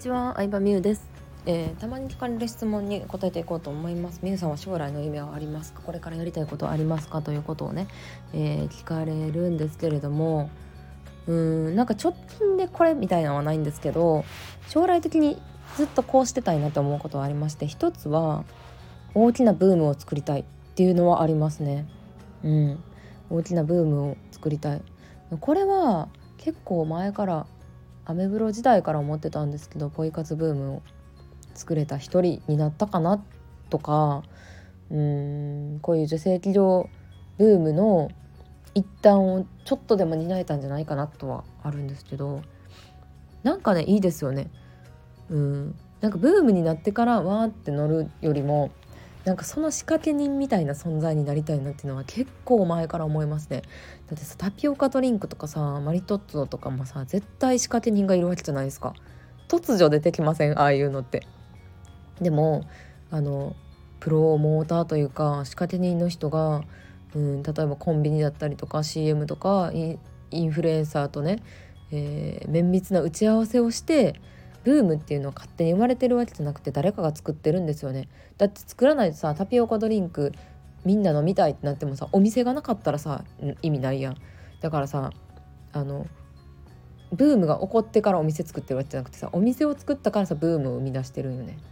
ちは、相葉美優です。たまに聞かれる質問に答えていこうと思います。美優さんは将来の夢はありますか？これからやりたいことはありますか？ということをね、聞かれるんですけれども、なんか直近でこれみたいなのはないんですけど、将来的にずっとこうしてたいなと思うことはありまして、一つは大きなブームを作りたいっていうのはありますね。大きなブームを作りたい。これは結構前からアメブロ時代から思ってたんですけど、ポイ活ブームを作れた一人になったかなとか、こういう女性企業ブームの一端をちょっとでも担えたんじゃないかなとはあるんですけど、なんかね、いいですよね。なんかブームになってからわーって乗るよりも、なんかその仕掛け人みたいな存在になりたいなっていうのは結構前から思いますね。だってさ、タピオカドリンクとかさ、マリトッツォとかもさ、絶対仕掛け人がいるわけじゃないですか。突如出てきません？ああいうのって。でもプロモーターというか仕掛け人の人が、例えばコンビニだったりとか CM とかインフルエンサーとね、綿密な打ち合わせをしてブームっていうのは勝手に生まれてるわけじゃなくて、誰かが作ってるんですよね。だって作らないとさ、タピオカドリンクみんな飲みたいってなってもさ、お店がなかったらさ、意味ないやん。だからさ、あのブームが起こってからお店作ってるわけじゃなくてさ、お店を作ったからさ、ブームを生み出してるんよね。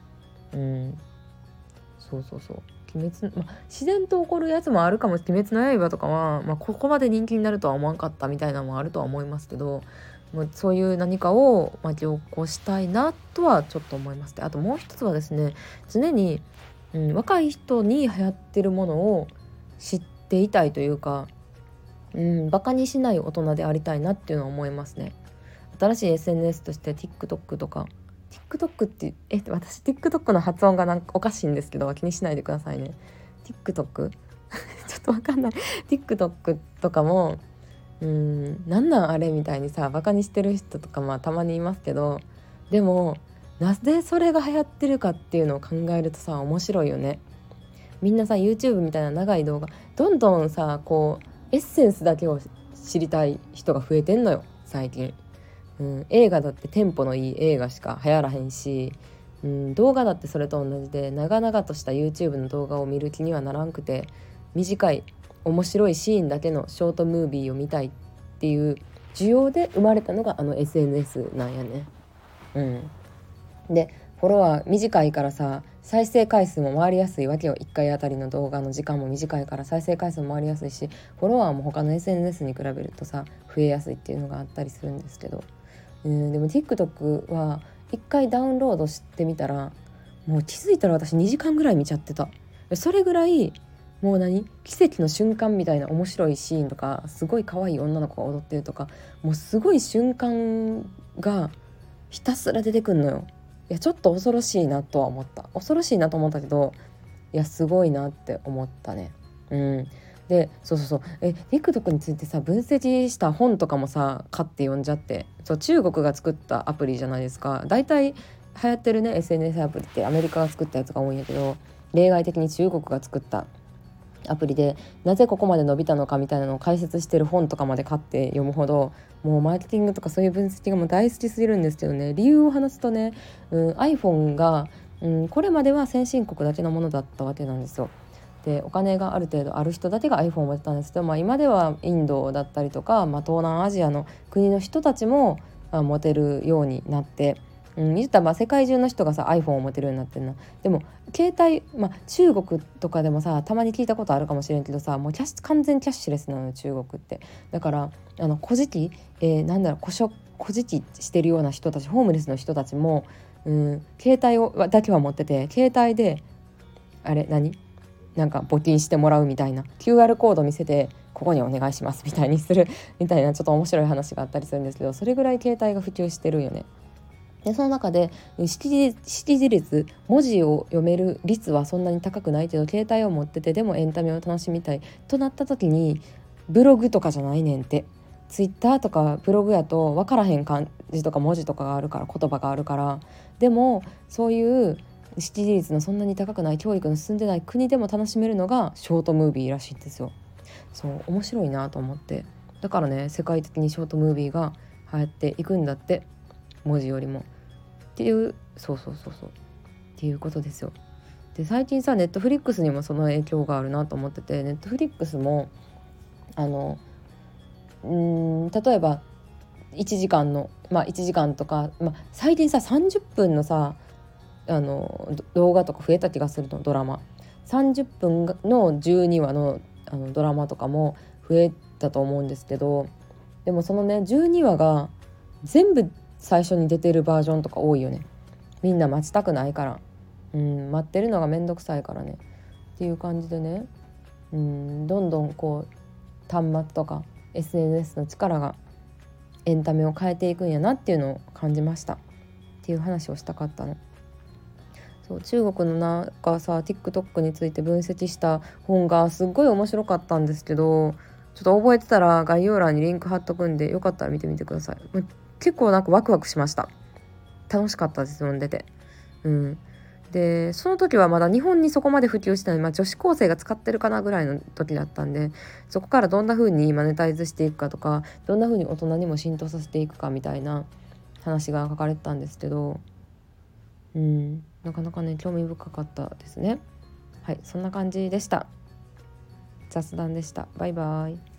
そうそうそう。自然と起こるやつもあるかも。鬼滅の刃とかは、ここまで人気になるとは思わんかったみたいなのもあるとは思いますけど、そういう何かを巻き起こしたいなとはちょっと思います。あともう一つはですね、常に、若い人に流行ってるものを知っていたいというか、バカにしない大人でありたいなっていうのは思いますね。新しい SNS として TikTok とか、 TikTok って私 TikTok の発音がなんかおかしいんですけど、気にしないでくださいね。 TikTok ちょっとわかんない。 TikTok とかもなんなんあれみたいにさ、バカにしてる人とかたまにいますけど、でもなぜそれが流行ってるかっていうのを考えるとさ、面白いよね。みんなさ YouTube みたいな長い動画どんどんさ、こうエッセンスだけを知りたい人が増えてんのよ最近。映画だってテンポのいい映画しか流行らへんし、動画だってそれと同じで、長々とした YouTube の動画を見る気にはならんくて、短い面白いシーンだけのショートムービーを見たいっていう需要で生まれたのがSNS なんやね。でフォロワー短いからさ、再生回数も回りやすいわけよ。1回あたりの動画の時間も短いから再生回数も回りやすいし、フォロワーも他の SNS に比べるとさ増えやすいっていうのがあったりするんですけど、でも TikTok は1回ダウンロードしてみたら、もう気づいたら私2時間ぐらい見ちゃってた。それぐらい、もう奇跡の瞬間みたいな面白いシーンとか、すごい可愛い女の子が踊ってるとか、もうすごい瞬間がひたすら出てくんのよ。いやちょっと恐ろしいなとは思った。恐ろしいなと思ったけど、いやすごいなって思ったね。でTikTok についてさ、分析した本とかもさ買って読んじゃって。中国が作ったアプリじゃないですか。大体流行ってるね SNS アプリってアメリカが作ったやつが多いんやけど、例外的に中国が作ったアプリでなぜここまで伸びたのかみたいなのを解説してる本とかまで買って読むほど、もうマーケティングとかそういう分析がもう大好きすぎるんですけどね。理由を話すとね、iPhone が、これまでは先進国だけのものだったわけなんですよ。でお金がある程度ある人だけが iPhone を持ってたんですけど、今ではインドだったりとか、東南アジアの国の人たちも、持てるようになって、言ったら世界中の人がさ iPhone を持てるようになってるな。でも携帯、中国とかでもさたまに聞いたことあるかもしれんけどさ、もう完全キャッシュレスなの中国って。だから古事記、古事記してるような人たち、ホームレスの人たちも、携帯だけは持ってて、携帯であれなんか募金してもらうみたいな QR コード見せて、ここにお願いしますみたいにするみたいな、ちょっと面白い話があったりするんですけど、それぐらい携帯が普及してるよね。でその中で識字率、文字を読める率はそんなに高くないけど、携帯を持っててでもエンタメを楽しみたいとなった時に、ブログとかじゃないねんって。ツイッターとかブログやと分からへん漢字とか文字とかがあるから、言葉があるから。でもそういう識字率のそんなに高くない、教育の進んでない国でも楽しめるのがショートムービーらしいんですよ。そう面白いなと思って。だからね、世界的にショートムービーが流行っていくんだって、文字よりも。 っていう、そうっていうことですよ。で最近さ、ネットフリックスにもその影響があるなと思ってて、ネットフリックスも例えば1時間の1時間とか、最近さ30分のさ動画とか増えた気がするの。ドラマ30分の12話のドラマとかも増えたと思うんですけど、でもそのね12話が全部最初に出てるバージョンとか多いよね。みんな待ちたくないから、待ってるのがめんどくさいからねっていう感じでね、どんどんこう端末とか SNS の力がエンタメを変えていくんやなっていうのを感じましたっていう話をしたかったの。そう、中国のなんかさ TikTok について分析した本がすっごい面白かったんですけど、ちょっと覚えてたら概要欄にリンク貼っとくんで、よかったら見てみてください。結構なんかワクワクしました。楽しかったです、読んでて。でその時はまだ日本にそこまで普及してない、女子高生が使ってるかなぐらいの時だったんで、そこからどんな風にマネタイズしていくかとか、どんな風に大人にも浸透させていくかみたいな話が書かれてたんですけど、なかなかね興味深かったですね。はい、そんな感じでした。雑談でした。バイバイ。